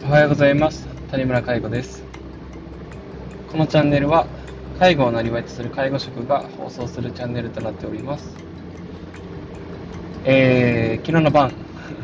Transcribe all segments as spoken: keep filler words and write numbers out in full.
おはようございます。谷村介護です。このチャンネルは介護をなりわいとする介護職が放送するチャンネルとなっております。えー、昨日の晩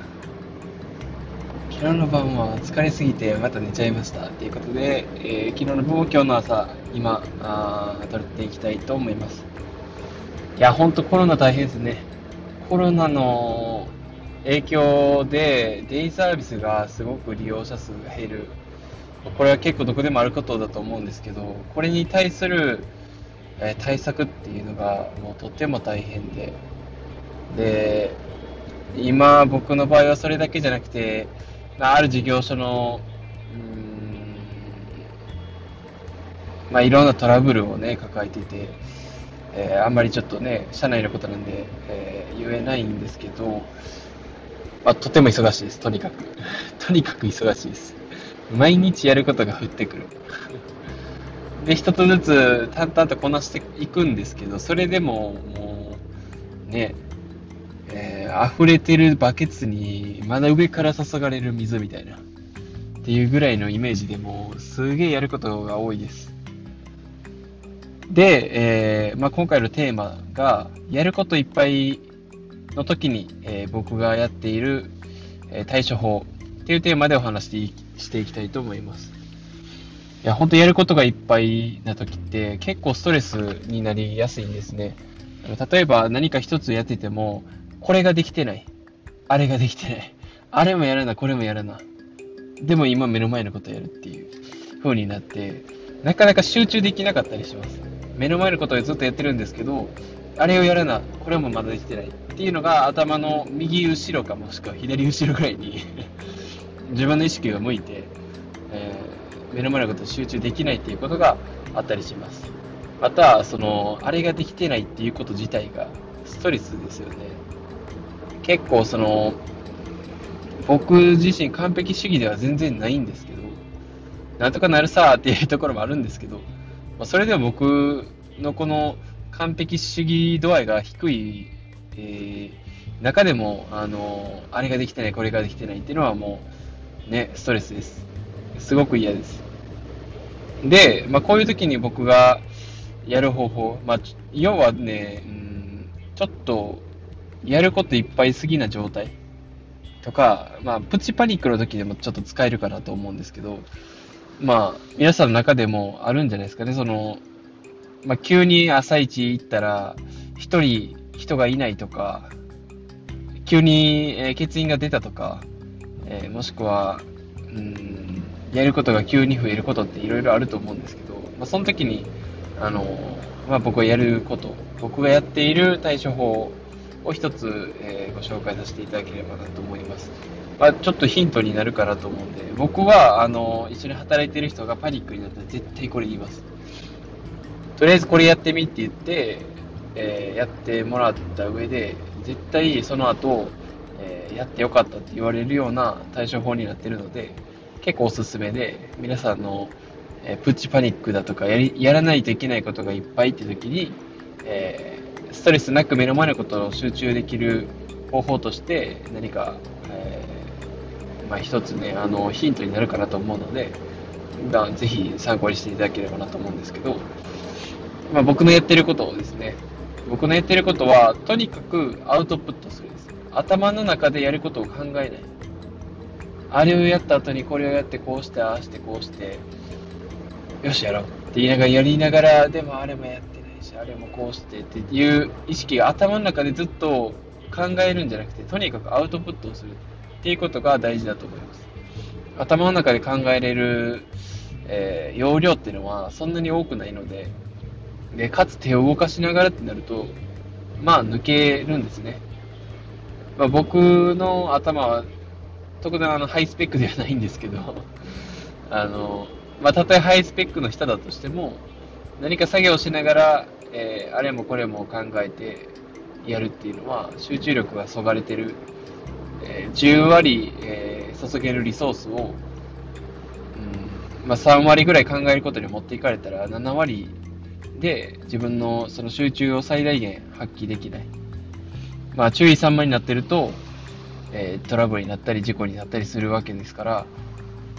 昨日の晩は疲れすぎてまた寝ちゃいましたということで、えー、昨日の分を今日の朝今あー撮っていきたいと思います。いやほんとコロナ大変ですね。コロナの影響でデイサービスがすごく利用者数が減る。これは結構どこでもあることだと思うんですけど、これに対する、えー対策っていうのがもうとても大変で、で、今僕の場合はそれだけじゃなくて、まあ、ある事業所の、うーん、まあ、いろんなトラブルをね、抱えていて、えーあんまりちょっとね、社内のことなんで、えー言えないんですけど、まあ、とても忙しいです、とにかく。とにかく忙しいです。毎日やることが降ってくる。で、一つずつ淡々とこなしていくんですけど、それでももうね、えー溢れてるバケツにまだ上から注がれる水みたいなっていうぐらいのイメージでもうすげえやることが多いです。で、えーまあ、今回のテーマがやることいっぱいの時に、えー僕がやっている、えー対処法っていうテーマでお話していしていきたいと思います。いや、本当やることがいっぱいな時って結構ストレスになりやすいんですね。あの例えば何か一つやってても、これができてない。あれができてない。あれもやらな、これもやらな。でも今目の前のことをやるっていう風になって、なかなか集中できなかったりします。目の前のことをずっとやってるんですけど、あれをやらな、これもまだできてないっていうのが頭の右後ろかもしくは左後ろぐらいに自分の意識が向いて、えー目の前のことに集中できないっていうことがあったりします。また、その、あれができてないっていうこと自体がストレスですよね。結構その、僕自身完璧主義では全然ないんですけど、なんとかなるさーっていうところもあるんですけど、まあ、それでも僕のこの完璧主義度合いが低い、えー中でも、あの、あれができてない、これができてないっていうのはもう、ね、ストレスです。すごく嫌です。で、まあ、こういう時に僕がやる方法、まあ、ち要はね、うん、ちょっとやることいっぱいすぎな状態とか、まあ、プチパニックの時でもちょっと使えるかなと思うんですけど、まあ、皆さんの中でもあるんじゃないですかね。その、まあ、急に朝一行ったら、一人人がいないとか、急に、えー欠員が出たとか、えーもしくは、うん、やることが急に増えることっていろいろあると思うんですけど、まあ、その時に、あの、まあ、僕がやること、僕がやっている対処法を一つ、えーご紹介させていただければなと思います。まあ、ちょっとヒントになるかなと思うんで、僕は、あの、一緒に働いている人がパニックになったら絶対これ言います。とりあえずこれやってみって言って、えーやってもらった上で、絶対その後、えーやってよかったって言われるような対処法になってるので、結構おすすめで、皆さんの、えープチパニックだとかやり、やらないといけないことがいっぱいって時に、えーストレスなく目の前のことを集中できる方法として何か、えーまあ、一つね、あの、ヒントになるかなと思うので、まあぜひ参考にしていただければなと思うんですけど、まあ、僕のやってることをですね、僕のやってることは、とにかくアウトプットするです。頭の中でやることを考えない。あれをやった後にこれをやってこうしてああしてこうしてよしやろうって言いながらやりながら、でもあれもやってないしあれもこうしてっていう意識が頭の中でずっと考えるんじゃなくて、とにかくアウトプットをするっていうことが大事だと思います。頭の中で考えれる、えー容量っていうのはそんなに多くないので、でかつ手を動かしながらってなると、まあ抜けるんですね。まあ、僕の頭は特段あのハイスペックではないんですけど、あの、まあ、たとえハイスペックの人だとしても、何か作業しながら、えーあれもこれも考えてやるっていうのは、集中力がそがれてる、えーじゅう割、えー注げるリソースを、うんまあ、さん割ぐらい考えることに持っていかれたら、なな割で自分のその集中を最大限発揮できない。まあ、注意散漫になってると、えートラブルになったり事故になったりするわけですから、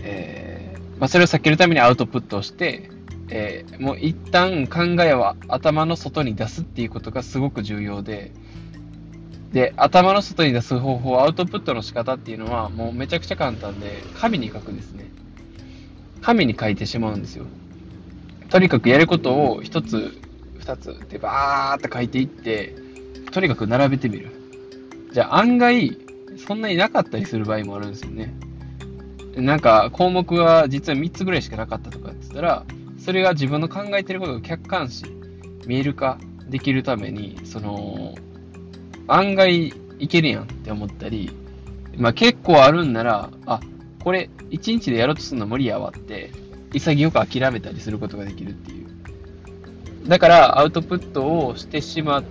えーまあ、それを避けるためにアウトプットをして、えーもう一旦考えは頭の外に出すっていうことがすごく重要で、で、頭の外に出す方法、アウトプットの仕方っていうのはもうめちゃくちゃ簡単で、紙に書くんですね。紙に書いてしまうんですよ。とにかくやることを一つ、二つってバーって書いていって、とにかく並べてみる。じゃあ案外、そんなになかったりする場合もあるんですよね。なんか項目が実はみっつぐらいしかなかったとかって言ったら、それが自分の考えてることが客観視、見える化できるために、その、案外いけるやんって思ったり、まあ結構あるんなら、あ、これ一日でやろうとするの無理やわって、潔く諦めたりすることができるっていう。だからアウトプットをしてしまって、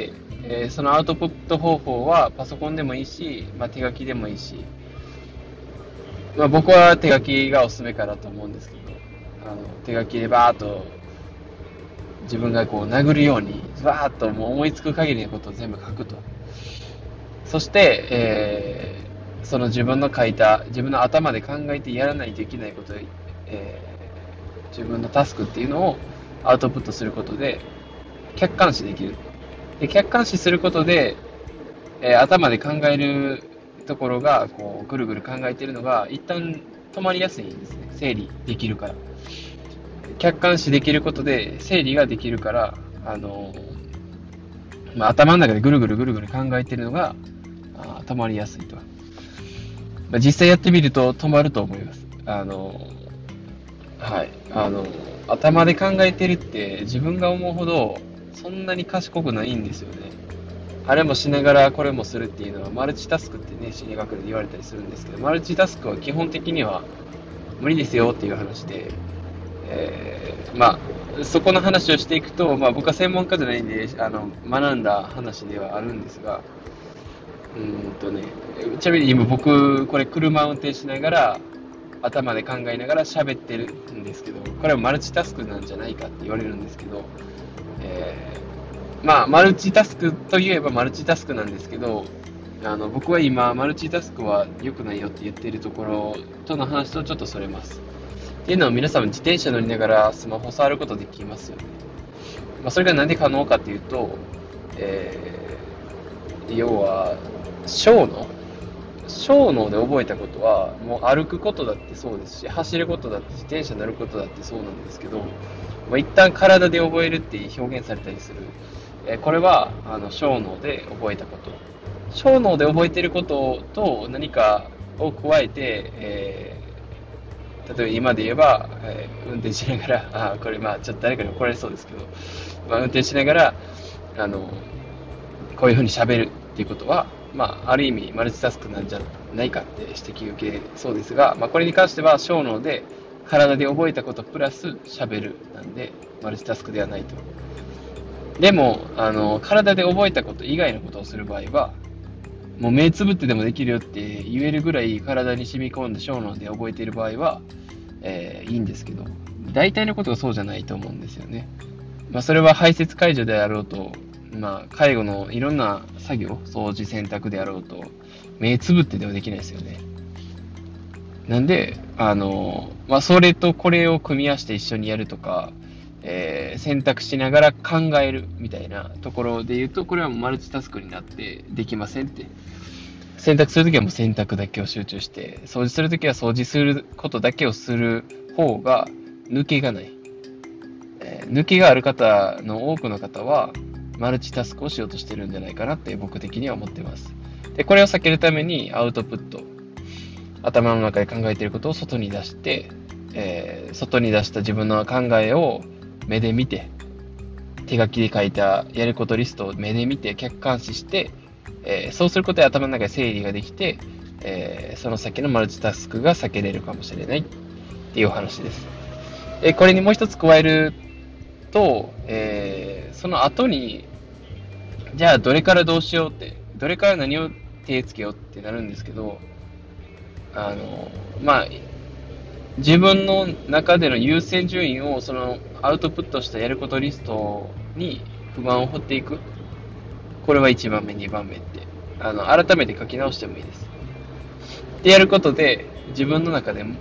えーそのアウトプット方法はパソコンでもいいし、まあ、手書きでもいいし、まあ、僕は手書きがおすすめかなと思うんですけど、あの手書きでバーっと自分がこう殴るようにバーっともう思いつく限りのことを全部書くと。そして、えーその自分の書いた自分の頭で考えてやらないといけないこと、えー自分のタスクっていうのをアウトプットすることで客観視できる。で、客観視することで、えー頭で考えるところがこうぐるぐる考えているのが一旦止まりやすいんですね。整理できるから。客観視できることで整理ができるから、あのーまあ、頭の中でぐるぐるぐるぐる考えているのがあー止まりやすいと。まあ、実際やってみると止まると思います。あのーはい。あのー頭で考えてるって自分が思うほどそんなに賢くないんですよね。あれもしながらこれもするっていうのはマルチタスクってね、心理学で言われたりするんですけど、マルチタスクは基本的には無理ですよっていう話で、えーまあ、そこの話をしていくと、まあ僕は専門家じゃないんで、あの、学んだ話ではあるんですが、うーんとね、ちなみに今僕、これ車運転しながら、頭で考えながら喋ってるんですけど、これはマルチタスクなんじゃないかって言われるんですけど、えーまあ、マルチタスクといえばマルチタスクなんですけど、あの僕は今、マルチタスクは良くないよって言っているところとの話とちょっとそれます。っていうのは皆さん自転車乗りながらスマホを触ることできますよね。まあ、それがなんで可能かっていうと、えー要は、小脳小脳で覚えたことは、もう歩くことだってそうですし、走ることだって自転車乗ることだってそうなんですけど、まあ、一旦体で覚えるって表現されたりする。えーこれは、あの、小脳で覚えたこと。小脳で覚えていることと何かを加えて、えー例えば今で言えば、えー運転しながら、あーこれまあちょっと誰かに怒られそうですけど、まあ、運転しながら、あの、こういうふうに喋るっていうことは、まあ、ある意味マルチタスクなんじゃないかって指摘を受けそうですが、まあ、これに関しては小脳で体で覚えたことプラス喋るなんで、マルチタスクではないと。でも、あの、体で覚えたこと以外のことをする場合は、もう目つぶってでもできるよって言えるぐらい体に染み込んで小脳で覚えている場合は、えーいいんですけど、大体のことがそうじゃないと思うんですよね。まあ、それは排泄介助であろうと、まあ、介護のいろんな作業、掃除、洗濯であろうと、目つぶってでもできないですよね。なんで、あの、まあ、それとこれを組み合わせて一緒にやるとか、えー選択しながら考えるみたいなところで言うと、これはもうマルチタスクになってできませんって。洗濯するときはもう洗濯だけを集中して、掃除するときは掃除することだけをする方が抜けがない。えー抜けがある方の多くの方は、マルチタスクをしようとしてるんじゃないかなって僕的には思っています。で、これを避けるためにアウトプット、頭の中で考えていることを外に出して、えー外に出した自分の考えを目で見て、手書きで書いたやることリストを目で見て客観視して、えーそうすることで頭の中で整理ができて、えーその先のマルチタスクが避けれるかもしれないっていうお話です。で、これにもう一つ加えると、えーその後に、じゃあどれからどうしようって、どれから何を手つけようってなるんですけど、あの、まあ、自分の中での優先順位をそのアウトプットしたやることリストに不満を振っていく。これはいちばんめ、にばんめって、あの、改めて書き直してもいいです。でやることで自分の中でも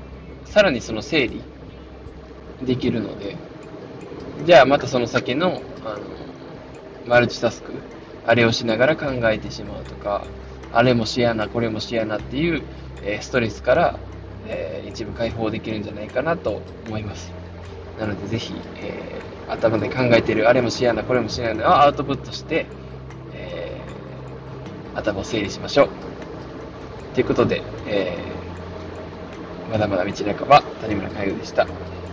さらにその整理できるので、じゃあまたその先の、あの、マルチタスク、あれをしながら考えてしまうとか、あれもしやな、これもしやなっていう、えーストレスから、えー一部解放できるんじゃないかなと思います。なのでぜひ、えー頭で考えているあれもしやな、これもしやなをアウトプットして、えー頭を整理しましょう。ということで、えーまだまだ道半ば、谷村佳代でした。